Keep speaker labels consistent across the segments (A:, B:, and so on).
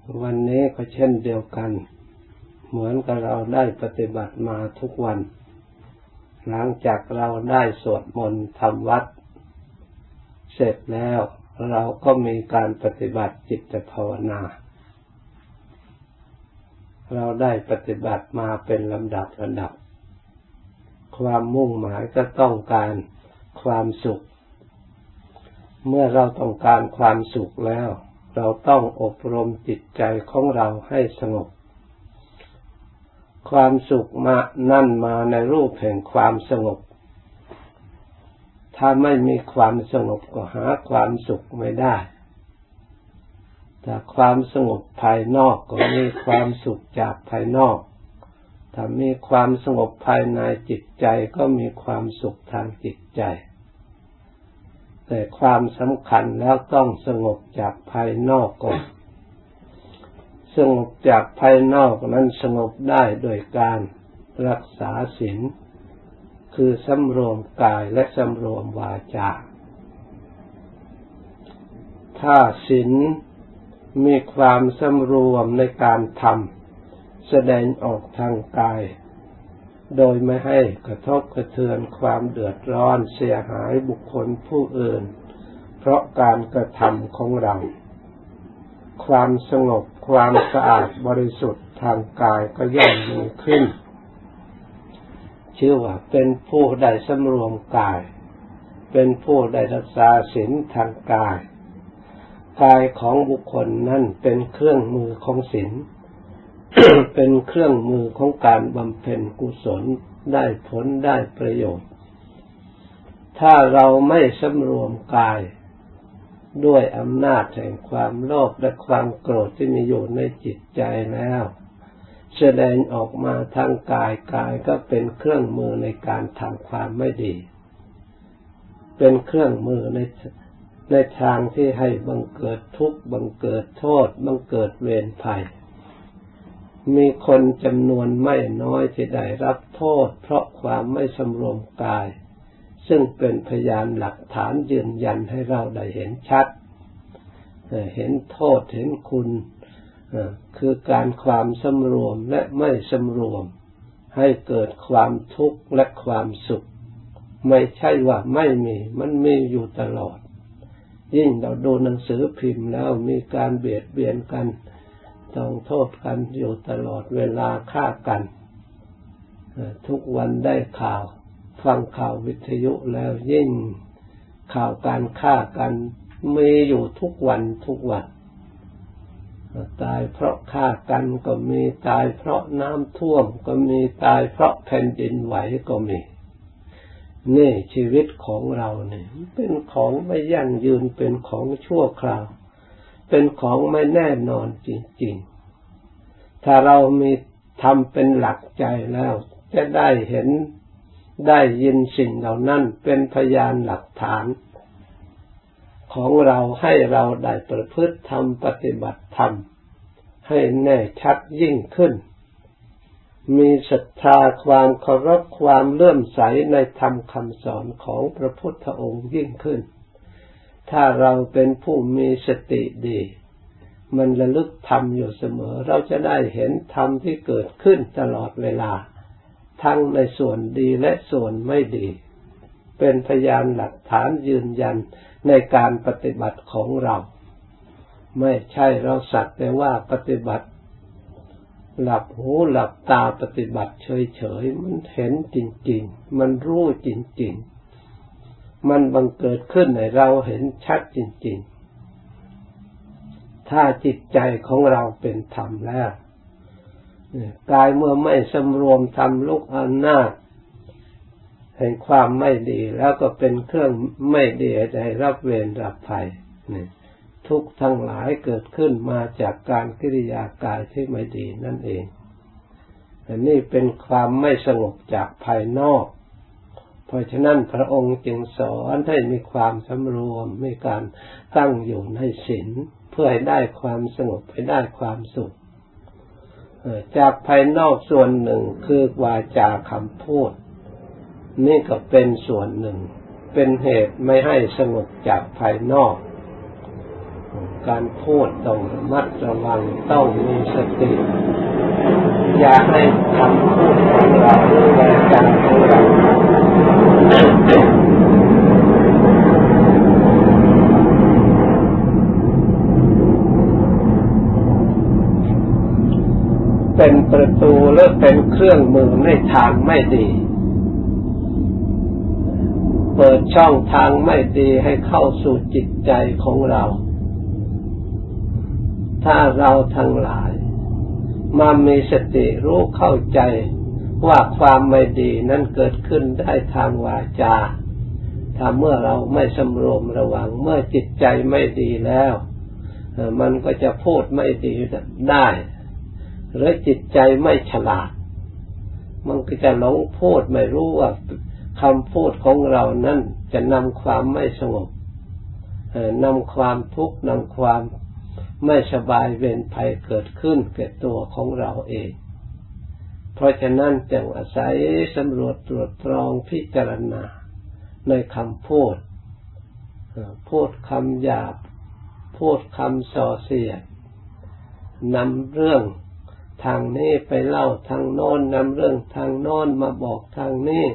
A: วันนี้ก็เช่นเดียวกันเหมือนกับเราได้ปฏิบัติมาทุกวันหลังจากเราได้สวดมนต์ทำวัดเสร็จแล้วเราก็มีการปฏิบัติจิตภาวนาเราได้ปฏิบัติมาเป็นลำดับความมุ่งหมายก็ต้องการความสุขเมื่อเราต้องการความสุขแล้วเราต้องอบรมจิตใจของเราให้สงบความสุขมาในรูปแห่งความสงบถ้าไม่มีความสงบก็หาความสุขไม่ได้แต่ความสงบภายนอกก็มีความสุขจากภายนอกถ้ามีความสงบภายในจิตใจก็มีความสุขทางจิตใจแต่ความสำคัญแล้วต้องสงบจากภายนอกก่อนสงบจากภายนอกนั้นสงบได้โดยการรักษาศีลคือสำรวมกายและสำรวมวาจาถ้าศีลมีความสำรวมในการทำแสดงออกทางกายโดยไม่ให้กระทบกระเทือนความเดือดร้อนเสียหายบุคคลผู้อื่นเพราะการกระทำของเราความสงบความสะอาดบริสุทธิ์ทางกายก็ย่อมมีขึ้นชื่อว่าเป็นผู้ได้สำรวมกายเป็นผู้ได้รักษาศีลทางกายกายของบุคคลนั้นเป็นเครื่องมือของศีล เป็นเครื่องมือของการบำเพ็ญกุศลได้ผลได้ประโยชน์ถ้าเราไม่สำรวมกายด้วยอำนาจแห่งความโลภและความโกรธที่มีอยู่ในจิตใจแล้วแสดงออกมาทางกายกายก็เป็นเครื่องมือในการทำความไม่ดีเป็นเครื่องมือในทางที่ให้บังเกิดทุกข์บังเกิดโทษบังเกิดเวรภัยมีคนจำนวนไม่น้อยที่ได้รับโทษเพราะความไม่สำรวมกายซึ่งเป็นพยานหลักฐานยืนยันให้เราได้เห็นชัดเห็นโทษเห็นคุณคือการความสำรวมและไม่สำรวมให้เกิดความทุกข์และความสุขไม่ใช่ว่าไม่มีมันมีอยู่ตลอดยิ่งเราดูหนังสือพิมพ์แล้วมีการเบียดเบียนกันต้องโทษกันอยู่ตลอดเวลาฆ่ากันทุกวันได้ข่าวฟังข่าววิทยุแล้วยิ่งข่าวการฆ่ากันมีอยู่ทุกวันตายเพราะฆ่ากันก็มีตายเพราะน้ำท่วมก็มีตายเพราะแผ่นดินไหวก็มีนี่ชีวิตของเราเนี่ยเป็นของไม่ยั่งยืนเป็นของชั่วคราวเป็นของไม่แน่นอนจริงๆถ้าเรามีทำเป็นหลักใจแล้วจะได้เห็นได้ยินสิ่งเหล่านั้นเป็นพยานหลักฐานของเราให้เราได้ประพฤติธรรมปฏิบัติธรรมให้แน่ชัดยิ่งขึ้นมีศรัทธาความเคารพความเลื่อมใสในธรรมคำสอนของพระพุทธองค์ยิ่งขึ้นถ้าเราเป็นผู้มีสติดีมันระลึกธรรมอยู่เสมอเราจะได้เห็นธรรมที่เกิดขึ้นตลอดเวลาทั้งในส่วนดีและส่วนไม่ดีเป็นพยานหลักฐานยืนยันในการปฏิบัติของเราไม่ใช่เราสักแต่ว่าปฏิบัติหลับหูหลับตาปฏิบัติเฉยๆมันเห็นจริงๆมันรู้จริงๆมันบังเกิดขึ้นให้เราเห็นชัดจริงๆถ้าจิตใจของเราเป็นธรรมแล้วกายเมื่อไม่สำรวมทำลูกอำนาจแห่งความไม่ดีแล้วก็เป็นเครื่องไม่ดีให้รับเวรรับภัยทุกข์ทั้งหลายเกิดขึ้นมาจากการกิริยากายที่ไม่ดีนั่นเองอันนี้เป็นความไม่สงบจากภายนอกเพราะฉะนั้นพระองค์จึงสอนให้มีความสำรวมมีการตั้งอยู่ในศีลเพื่อให้ได้ความสงบให้ได้ความสุขจากภายนอกส่วนหนึ่งคือวาจาคำพูดนี่ก็เป็นส่วนหนึ่งเป็นเหตุไม่ให้สงบจากภายนอกการพูดต้องระมัดระวังต้องมีสติอย่าให้คำพูดของเราหรือวาจาของเราเป็นประตูหรือเป็นเครื่องมือในทางไม่ดีเปิดช่องทางไม่ดีให้เข้าสู่จิตใจของเราถ้าเราทั้งหลายมามีสติรู้เข้าใจว่าความไม่ดีนั้นเกิดขึ้นได้ทางวาจาถ้าเมื่อเราไม่สำรวมระวังเมื่อจิตใจไม่ดีแล้วมันก็จะพูดไม่ดีได้หรือจิตใจไม่ฉลาดมันก็จะหลงพูดไม่รู้ว่าคำพูดของเรานั้นจะนำความไม่สงบนำความทุกข์นำความไม่สบายเวรภัยเกิดขึ้นแก่ตัวของเราเองเพราะฉะนั้นจึงอาศัยสำรวจตรวจตรองพิจารณาในคำพูดพูดคำหยาบพูดคำส่อเสียดนำเรื่องทางนี้ไปเล่าทางโน้นนำเรื่องทางโน้นมาบอกทางนี้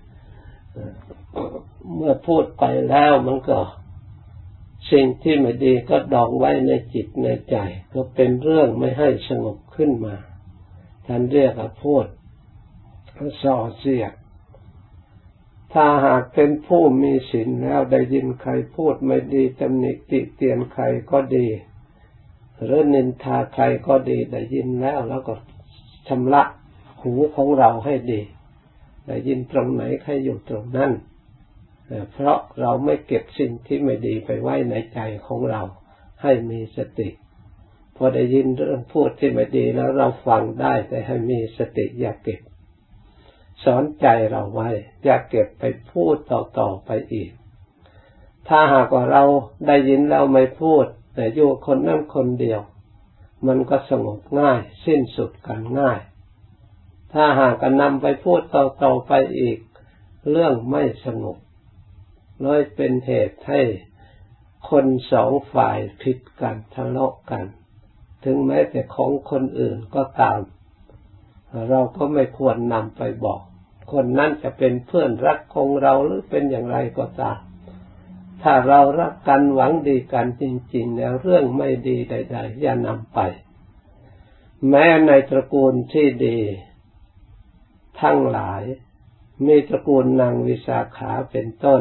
A: เมื่อพูดไปแล้วมันก็สิ่งที่ไม่ดีก็ดองไว้ในจิตในใจก็เป็นเรื่องไม่ให้สงบขึ้นมาท่านเรียกว่าพูดส่อเสียดถ้าหากเป็นผู้มีศีลแล้วได้ยินใครพูดไม่ดีตำหนิติเตียนใครก็ดีหรือนินทาใครก็ดีได้ยินแล้วก็ชำระหูของเราให้ดีได้ยินตรงไหนใครอยู่ตรงนั้นเพราะเราไม่เก็บสิ่งที่ไม่ดีไปไว้ในใจของเราให้มีสติพอได้ยินเรื่องพูดที่ไม่ดีแล้วเราฟังได้แต่ให้มีสติอย่าเก็บสอนใจเราไว้อย่าเก็บไปพูดต่อไปอีกถ้าหากว่าเราได้ยินแล้วไม่พูดแต่อยู่คนนั้นคนเดียวมันก็สงบง่ายสิ้นสุดกันง่ายถ้าหากนำไปพูดต่อไปอีกเรื่องไม่สงบเลยเป็นเหตุให้คนสองฝ่ายผิดกันทะเลาะกันถึงแม้แต่ของคนอื่นก็ตามเราก็ไม่ควรนำไปบอกคนนั้นจะเป็นเพื่อนรักของเราหรือเป็นอย่างไรก็ตามถ้าเรารักกันหวังดีกันจริงๆแล้วเรื่องไม่ดีใดๆอย่านำไปแม้ในตระกูลที่ดีทั้งหลายมีตระกูลนางวิสาขาเป็นต้น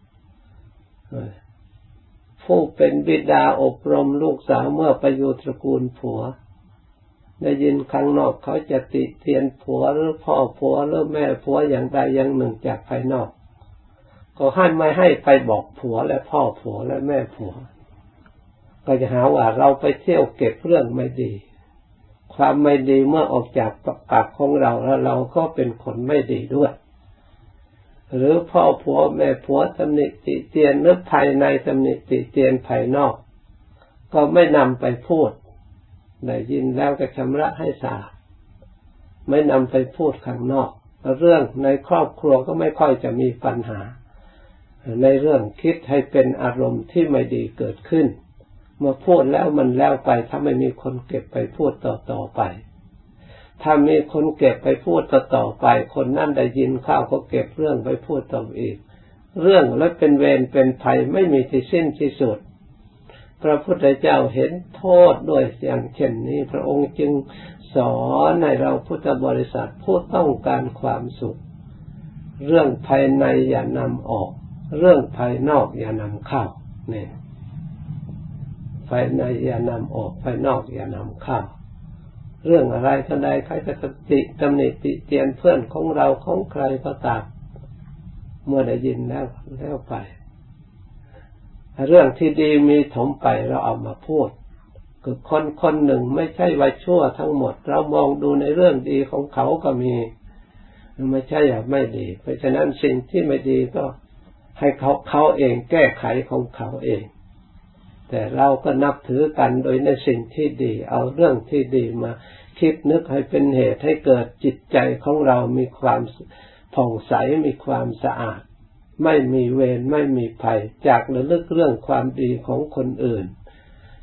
A: ผู้เป็นบิดาอบรมลูกสาวเมื่อไปอยู่ตระกูลผัวได้ยินข้างนอกเขาจะติเตียนผัวหรือพ่อผัวหรือแม่ผัวอย่างใดอย่างหนึ่งจากภายนอกก็ไม่ให้ไปบอกผัวและพ่อผัวและแม่ผัวก็จะหาว่าเราไปเที่ยวเก็บเรื่องไม่ดีความไม่ดีเมื่อออกจากปากของเราแล้วเราก็เป็นคนไม่ดีด้วยหรือพ่อผัวแม่ผัวตำหนิติเตียนนึกภายในตำหนิติเตียนภายนอกก็ไม่นำไปพูดได้ยินแล้วก็ชำระให้สะอาดไม่นำไปพูดข้างนอกเรื่องในครอบครัวก็ไม่ค่อยจะมีปัญหาในเรื่องคิดให้เป็นอารมณ์ที่ไม่ดีเกิดขึ้นเมื่อพูดแล้วมันแล้วไปถ้าไม่มีคนเก็บไปพูดต่อไปถ้ามีคนเก็บไปพูดต่อไปคนนั่นได้ยินข้าวก็เก็บเรื่องไปพูดต่ออีกเรื่องแล้วเป็นเวรเป็นภัยไม่มีที่สิ้นที่สุดพระพุทธเจ้าเห็นโทษด้วยอย่างเช่นนี้พระองค์จึงสอนให้เราพุทธบริษัทผู้ต้องการความสุขเรื่องภายในอย่านำออกเรื่องภายนอกอย่านำเข้าเนี่ยภายในอย่านำออกภายนอกอย่านำเข้าเรื่องอะไรก็ได้ใครจะตำหนิติเตียนเพื่อนของเราของใครก็ตามเมื่อได้ยินแล้วไปเรื่องที่ดีมีถมไปเราเอามาพูดคือคนหนึ่งไม่ใช่ว่าชั่วทั้งหมดเรามองดูในเรื่องดีของเขาก็มีไม่ใช่ไม่ดีเพราะฉะนั้นสิ่งที่ไม่ดีก็ให้เขาเองแก้ไขของเขาเองแต่เราก็นับถือกันโดยในสิ่งที่ดีเอาเรื่องที่ดีมาคิดนึกให้เป็นเหตุให้เกิดจิตใจของเรามีความผ่องใสมีความสะอาดไม่มีเวรไม่มีภัยจากระลึกเรื่องความดีของคนอื่น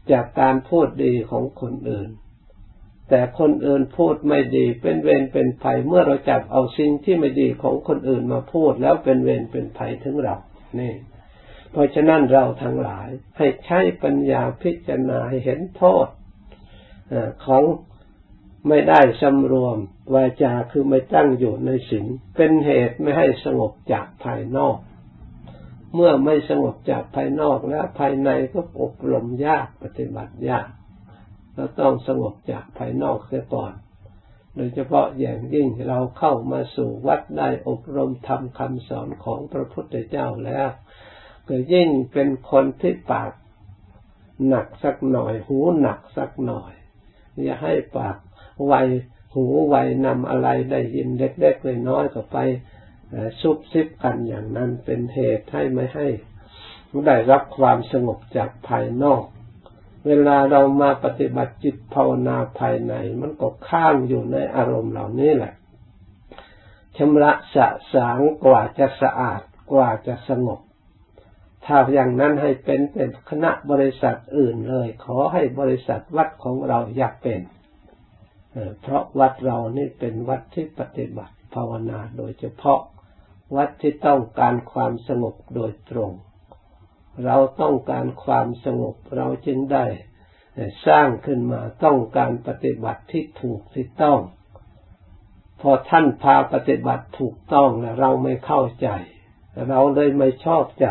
A: จากการพูดดีของคนอื่นแต่คนอื่นพูดไม่ดีเป็นเวรเป็นภัยเมื่อเราจับเอาสิ่งที่ไม่ดีของคนอื่นมาพูดแล้วเป็นเวรเป็นภัยถึงเรานี่เพราะฉะนั้นเราทั้งหลายให้ใช้ปัญญาพิจารณาให้เห็นโทษของไม่ได้สำรวมวาจาคือไม่ตั้งอยู่ในศีลเป็นเหตุไม่ให้สงบจากภายนอกเมื่อไม่สงบจากภายนอกแล้วภายในก็อบรมยากปฏิบัติยากเราต้องสงบจากภายนอกเสียก่อนโดยเฉพาะอย่างยิ่งเราเข้ามาสู่วัดได้อบรมทำคำสอนของพระพุทธเจ้าแล้วก็ยิ่งเป็นคนที่ปากหนักสักหน่อยหูหนักสักหน่อยอย่าให้ปากไวหูไวนำอะไรได้ยินเล็กๆน้อยๆก็ไปซุบซิบกันอย่างนั้นเป็นเหตุให้ไม่ให้ได้รับความสงบจากภายนอกเวลาเรามาปฏิบัติจิตภาวนาภายในมันก็ข้างอยู่ในอารมณ์เหล่านี้แหละชำระสะสางกว่าจะสะอาดกว่าจะสงบถ้าอย่างนั้นให้เป็นคณะบริษัทอื่นเลยขอให้บริษัทวัดของเราอย่าเป็นเพราะวัดเรานี่เป็นวัดที่ปฏิบัติภาวนาโดยเฉพาะวัดที่ต้องการความสงบโดยตรงเราต้องการความสงบเราจึงได้สร้างขึ้นมาต้องการปฏิบัติที่ถูกที่ต้องพอท่านพาปฏิบัติถูกต้องแล้วเราไม่เข้าใจเราเลยไม่ชอบใจ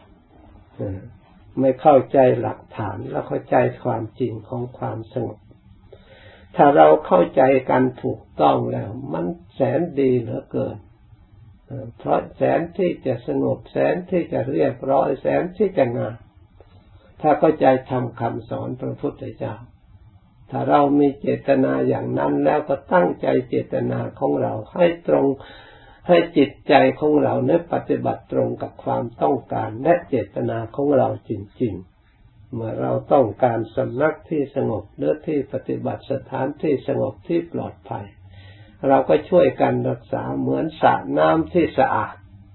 A: ไม่เข้าใจหลักฐานและเข้าใจความจริงของความสงบถ้าเราเข้าใจกันถูกต้องแล้วมันแสนดีเหลือเกินเพราะแสนที่จะสงบแสนที่จะเรียบร้อยแสนที่จะงามถ้าเข้าใจทำคำสอนพระพุทธเจ้าถ้าเรามีเจตนาอย่างนั้นแล้วก็ตั้งใจเจตนาของเราให้ตรงให้จิตใจของเราเนี่ยปฏิบัติตรงกับความต้องการและเจตนาของเราจริงๆเมื่อเราต้องการสำนักที่สงบหรือที่ปฏิบัติสถานที่สงบที่ปลอดภัยเราก็ช่วยกันรักษาเหมือนสระน้ำที่สะอาด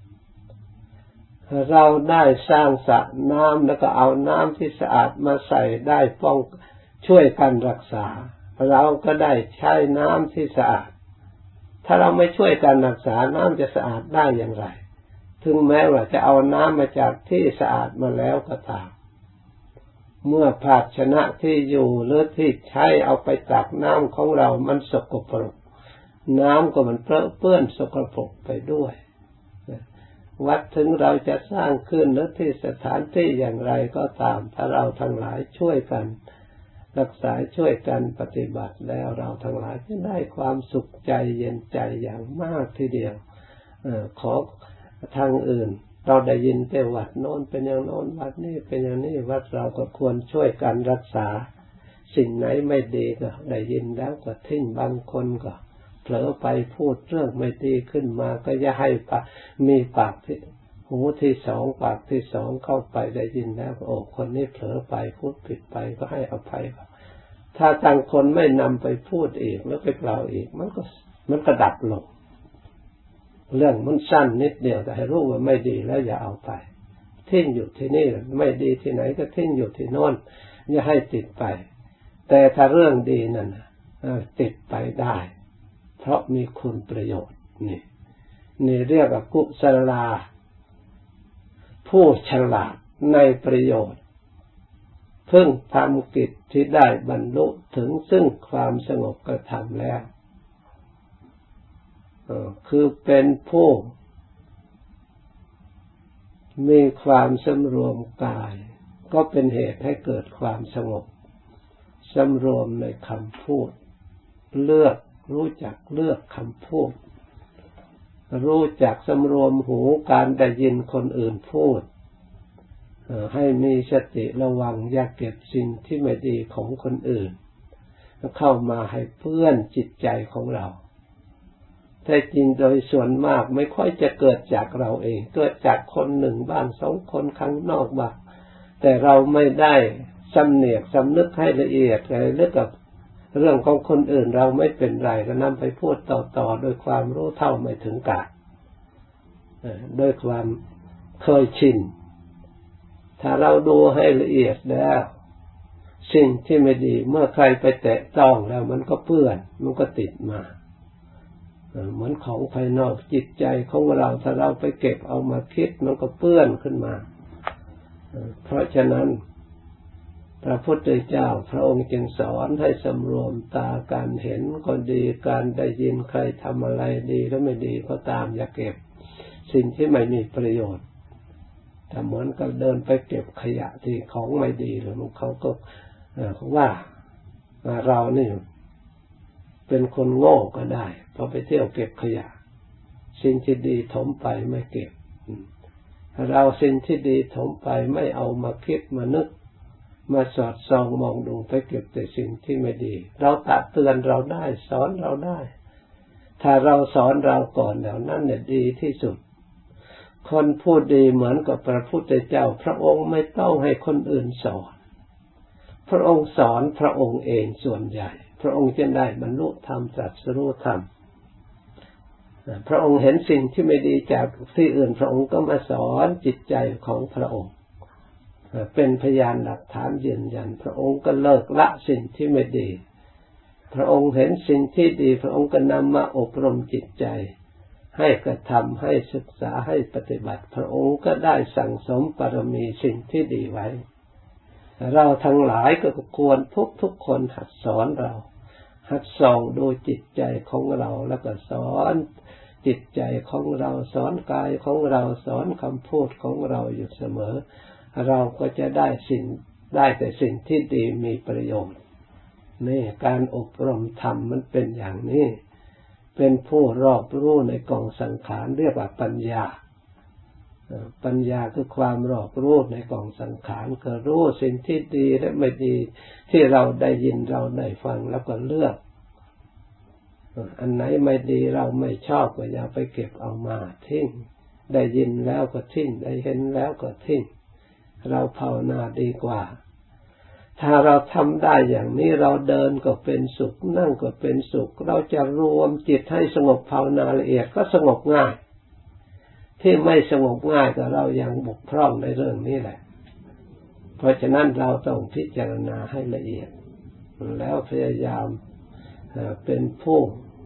A: เราได้สร้างสระน้ำแล้วก็เอาน้ำที่สะอาดมาใส่ได้ป้องช่วยกันรักษาเราก็ได้ใช้น้ำที่สะอาดถ้าเราไม่ช่วยกันรักษาน้ำจะสะอาดได้อย่างไรถึงแม้ว่าจะเอาน้ำมาจากที่สะอาดมาแล้วก็ตามเมื่อภาชนะที่อยู่หรือที่ใช้เอาไปตักน้ำของเรามันสกปรกน้ำก็มันเปื้อนสกปรกไปด้วยวัดถึงเราจะสร้างขึ้นหรือที่สถานที่อย่างไรก็ตามถ้าเราทั้งหลายช่วยกันรักษาช่วยกันปฏิบัติแล้วเราทั้งหลายจะได้ความสุขใจเย็นใจอย่างมากทีเดียวขอทางอื่นเราได้ยินแต่วัดโน้นเป็นอย่างโน้นวัดนี้เป็นอย่างนี้วัดเราก็ควรช่วยกันรักษาสิ่งไหนไม่ดีก็ได้ยินแล้วก็ทิ้งบางคนก็เผลอไปพูดเรื่องไม่ดีขึ้นมาก็อย่าให้มีปากที่หูที่สองปากที่สองเข้าไปได้ยินแล้วโอ้คนนี้เผลอไปพูดผิดไปก็ให้อภัยถ้าต่างคนไม่นำไปพูดอีกแล้วไปกล่าวอีกมันก็ดับลงเรื่องมันสั้นนิดเดียวแต่ให้รู้ว่าไม่ดีแล้วอย่าเอาไปทิ้งอยู่ที่นี่ไม่ดีที่ไหนก็ทิ้งอยู่ที่โน่นอย่าให้ติดไปแต่ถ้าเรื่องดีนั่นติดไปได้เพราะมีคุณประโยชน์นี่เรียกว่ากุศลาผู้ฉลาดในประโยชน์เพิ่งทำกิจที่ได้บรรลุถึงซึ่งความสงบกระทำแล้วคือเป็นผู้มีความสำรวมกายก็เป็นเหตุให้เกิดความสงบสำรวมในคำพูดรู้จักเลือกคำพูดรู้จักสำรวมหูการได้ยินคนอื่นพูดให้มีสติระวังอย่าเก็บสิ่งที่ไม่ดีของคนอื่นเข้ามาให้เปื้อนจิตใจของเราแต่จริงโดยส่วนมากไม่ค่อยจะเกิดจากเราเองเกิดจากคนหนึ่งบ้างสองคนข้างนอกบ้างแต่เราไม่ได้สำเนียกสำนึกให้ละเอียดเลยเรื่องกับเรื่องของคนอื่นเราไม่เป็นไรก็นำไปพูดต่อๆโดยความรู้เท่าไม่ถึงการโดยความเคยชินถ้าเราดูให้ละเอียดแล้วสิ่งที่ไม่ดีเมื่อใครไปแตะต้องแล้วมันก็เปื้อนมันก็ติดมาเหมือนของภายนอกจิตใจของเราถ้าเราไปเก็บเอามาคิดมันก็เปื้อนขึ้นมาเพราะฉะนั้นพระพุทธเจ้าพระองค์จึงสอนให้สำรวมตาการเห็นก็ดีการได้ยินใครทำอะไรดีแล้วไม่ดีก็ตามอย่าเก็บสิ่งที่ไม่มีประโยชน์แต่เหมือนกับเดินไปเก็บขยะที่ของไม่ดีหรือเขาก็ว่าเรานี่เป็นคนโง่ก็ได้พอไปเที่ยวเก็บขยะสิ่งที่ดีถมไปไม่เก็บเราสิ่งที่ดีถมไปไม่เอามาคิดมานึกมาสอดส่องมองดูไปเก็บแต่สิ่งที่ไม่ดีเราตักเตือนเราได้สอนเราได้ถ้าเราสอนเราก่อนแล้วนั่นเนี่ยดีที่สุดคนพูดดีเหมือนกับพระพุทธเจ้าพระองค์ไม่ต้องให้คนอื่นสอนพระองค์สอนพระองค์เองส่วนใหญ่พระองค์จะได้บรรลุธรรมตรัสรู้ธรรมพระองค์เห็นสิ่งที่ไม่ดีจากที่อื่นพระองค์ก็มาสอนจิตใจของพระองค์เป็นพยานหลักฐานยืนยันพระองค์ก็เลิกละสิ่งที่ไม่ดีพระองค์เห็นสิ่งที่ดีพระองค์ก็นำมาอบรมจิตใจให้กระทำให้ศึกษาให้ปฏิบัติพระองค์ก็ได้สั่งสมบารมีสิ่งที่ดีไว้เราทั้งหลายก็ควรทุกคนหัดสอนเราหัดส่องดูจิตใจของเราแล้วก็สอนจิตใจของเราสอนกายของเราสอนคำพูดของเราอยู่เสมอเราก็จะได้แต่สิ่งที่ดีมีประโยชน์นี่การอบรมธรรมมันเป็นอย่างนี้เป็นผู้รอบรู้ในกองสังขารเรียกว่าปัญญาปัญญาคือความรอบรู้ในกองสังขารก็รู้สิ่งที่ดีและไม่ดีที่เราได้ยินเราได้ฟังแล้วก็เลือกอันไหนไม่ดีเราไม่ชอบก็อย่าไปเก็บเอามาทิ้งได้ยินแล้วก็ทิ้งได้เห็นแล้วก็ทิ้งเราภาวนาดีกว่าถ้าเราทำได้อย่างนี้เราเดินก็เป็นสุขนั่งก็เป็นสุขเราจะรวมจิตให้สงบภาวนาละเอียดก็สงบง่ายที่ไม่สงบง่ายก็เรายังบกพร่องในเรื่องนี้แหละเพราะฉะนั้นเราต้องพิจารณาให้ละเอียดแล้วพยายามเป็นผู้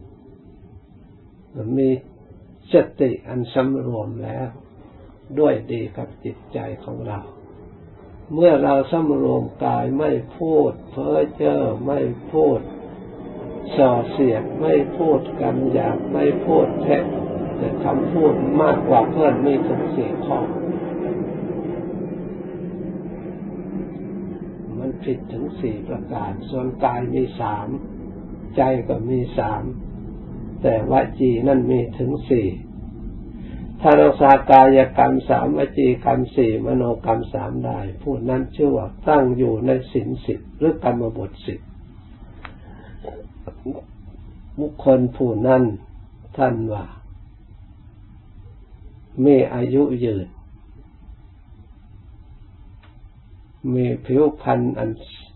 A: มีสติอันสำรวมแล้วด้วยดีกับจิตใจของเราเมื่อเราสำรวมกายไม่พูดเพ้อเจ้อไม่พูดส่อเสียดไม่พูดคำหยาบไม่พูดเท็จแต่คำพูดมากกว่าเพื่อนมีถึง4 ข้อมันผิดถึง4 ประการส่วนกายมี3ใจก็มี3แต่วจีนั่นมีถึง4ถ้ารักษากายกรรม3วจีกรรม4มโนกรรม3ได้ผู้นั้นชื่อว่าตั้งอยู่ในศีล10หรือกรรมบท10บุคคลผู้นั้นท่านว่ามีอายุยืนมีผิวพรรณอัน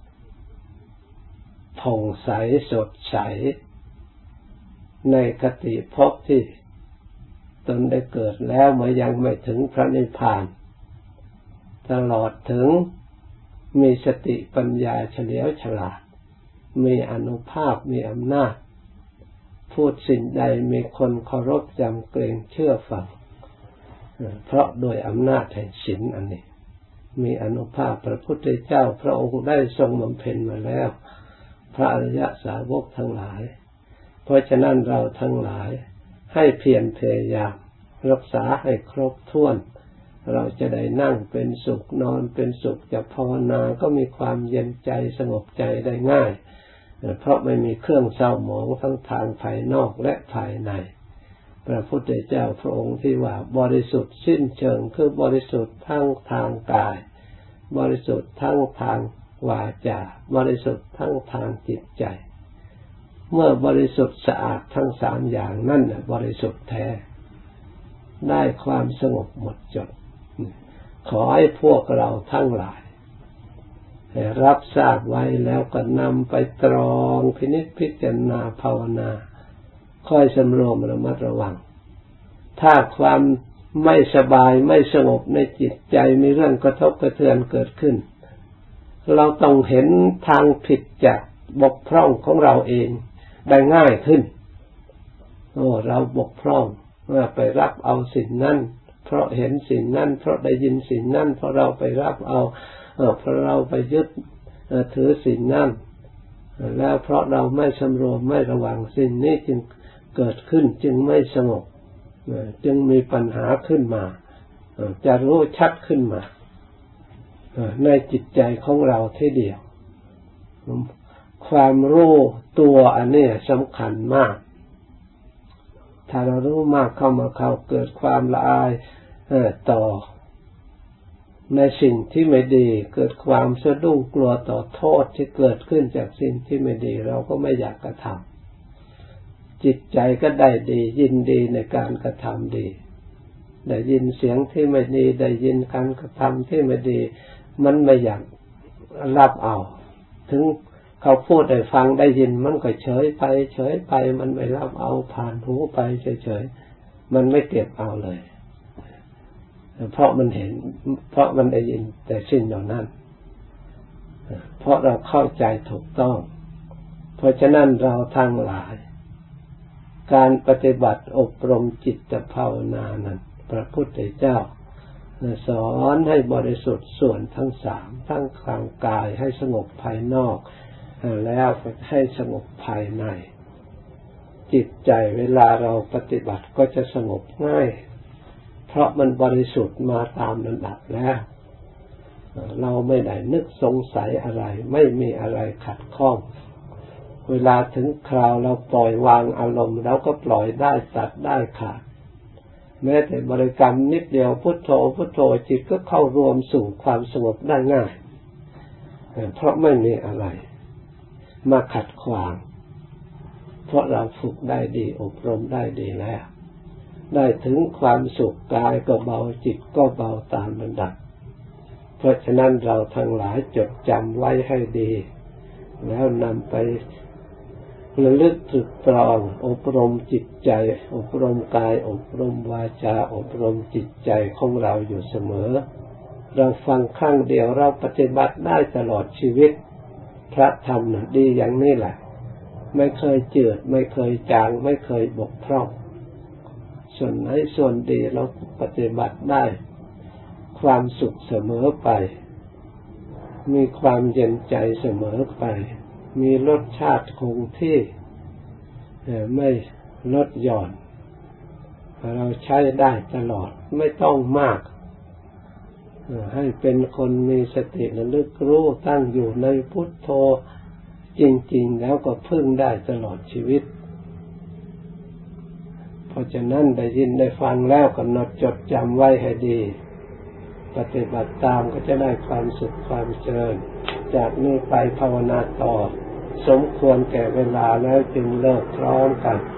A: ผ่องใสสดใสในคติภพที่ตนได้เกิดแล้วเมื่อยังไม่ถึงพระนิพพานตลอดถึงมีสติปัญญาเฉลียวฉลาดมีอานุภาพมีอำนาจพูดสิ่งใดมีคนเคารพจำเกรงเชื่อฟังเพราะโดยอำนาจแห่งศีลอันนี้มีอานุภาพพระพุทธเจ้าพระองค์ได้ทรงบำเพ็ญมาแล้วพระอริยสาวกทั้งหลายเพราะฉะนั้นเราทั้งหลายให้เพียรพยายามรักษาให้ครบถ้วนเราจะได้นั่งเป็นสุขนอนเป็นสุขจะภาวนาก็มีความเย็นใจสงบใจได้ง่ายเพราะไม่มีเครื่องเศร้าหมองทั้งทางภายนอกและภายในพระพุทธเจ้าพระองค์ที่ว่าบริสุทธิ์สิ้นเชิงคือบริสุทธิ์ทั้งทางกายบริสุทธิ์ทั้งทางวาจาบริสุทธิ์ทั้งทางจิตใจเมื่อบริสุทธิ์สะอาดทั้ง3อย่างนั่นบริสุทธิ์แท้ได้ความสงบหมดจดขอให้พวกเราทั้งหลายรับทราบไว้แล้วก็นำไปตรองพินิจพิจารณาภาวนาค่อยสำรวมระมัดระวังถ้าความไม่สบายไม่สงบในจิตใจมีเรื่องกระทบกระเทือนเกิดขึ้นเราต้องเห็นทางผิดจากบกพร่องของเราเองได้ง่ายขึ้นเราบกพร่องไปรับเอาสิ่งนั้นเพราะเห็นสิ่งนั้นเพราะได้ยินสิ่งนั้นเพราะเราไปรับเอาเพราะเราไปยึดถือสิ่งนั้นแล้วเพราะเราไม่สำรวมไม่ระวังสิ่งนี้จึงเกิดขึ้นจึงไม่สงบจึงมีปัญหาขึ้นมาจะรู้ชัดขึ้นมาในจิตใจของเราทีเดียวความรู้ตัวอันนี้สำคัญมากถ้าเรารู้มากเข้าเกิดความละอายต่อในสิ่งที่ไม่ดีเกิดความสะดุ้งกลัวต่อโทษที่เกิดขึ้นจากสิ่งที่ไม่ดีเราก็ไม่อยากกระทำจิตใจก็ได้ดียินดีในการกระทำดีได้ยินเสียงที่ไม่ดีได้ยินการกระทำที่ไม่ดีมันไม่อยากรับเอาถึงเขาพูดให้ฟังได้ยินมันก็เฉยไปมันไม่รับเอาผ่านหูไปเฉยๆมันไม่เก็บเอาเลยเพราะมันเห็นเพราะมันได้ยินแต่สิ่งเหล่านั้นเพราะเราเข้าใจถูกต้องเพราะฉะนั้นเราทั้งหลายการปฏิบัติอบรมจิตภาวนานั้นพระพุทธเจ้าสอนให้บริสุทธิ์ส่วนทั้งสามทั้งทางกายให้สงบภายนอกแล้วให้สงบภายในจิตใจเวลาเราปฏิบัติก็จะสงบง่ายเพราะมันบริสุทธิ์มาตามลำดับแล้วเราไม่ได้นึกสงสัยอะไรไม่มีอะไรขัดข้องเวลาถึงคราวเราปล่อยวางอารมณ์เราก็ปล่อยได้ตัดได้ขาดแม้แต่บริกรรมนิดเดียวพุทโธพุทโธจิตก็เข้ารวมสู่ความสงบได้ง่ายเพราะไม่มีอะไรมาขัดขวางเพราะเราฝึกได้ดีอบรมได้ดีแล้วได้ถึงความสุขกายก็เบาจิตก็เบาตามลำดับเพราะฉะนั้นเราทั้งหลายจดจำไว้ให้ดีแล้วนำไประลึกตรึกตรองอบรมจิตใจอบรมกายอบรมวาจาอบรมจิตใจของเราอยู่เสมอเราฟังครั้งเดียวเราปฏิบัติได้ตลอดชีวิตพระธรรมน่ะดีอย่างนี้แหละไม่เคยจืดไม่เคยจางไม่เคยบกพร่องส่วนไหนส่วนดีเราปฏิบัติได้ความสุขเสมอไปมีความเย็นใจเสมอไปมีรสชาติคงที่ไม่ลดหย่อนเราใช้ได้ตลอดไม่ต้องมากให้เป็นคนมีสติระลึกรู้ตั้งอยู่ในพุทโธจริงๆแล้วก็พึ่งได้ตลอดชีวิตเพราะฉะนั้นได้ยินได้ฟังแล้วกำหนดจดจำไว้ให้ดีปฏิบัติตามก็จะได้ความสุขความเจริญจากนี้ไปภาวนาต่อสมควรแก่เวลาแล้วจึงเลิกพร้อมกัน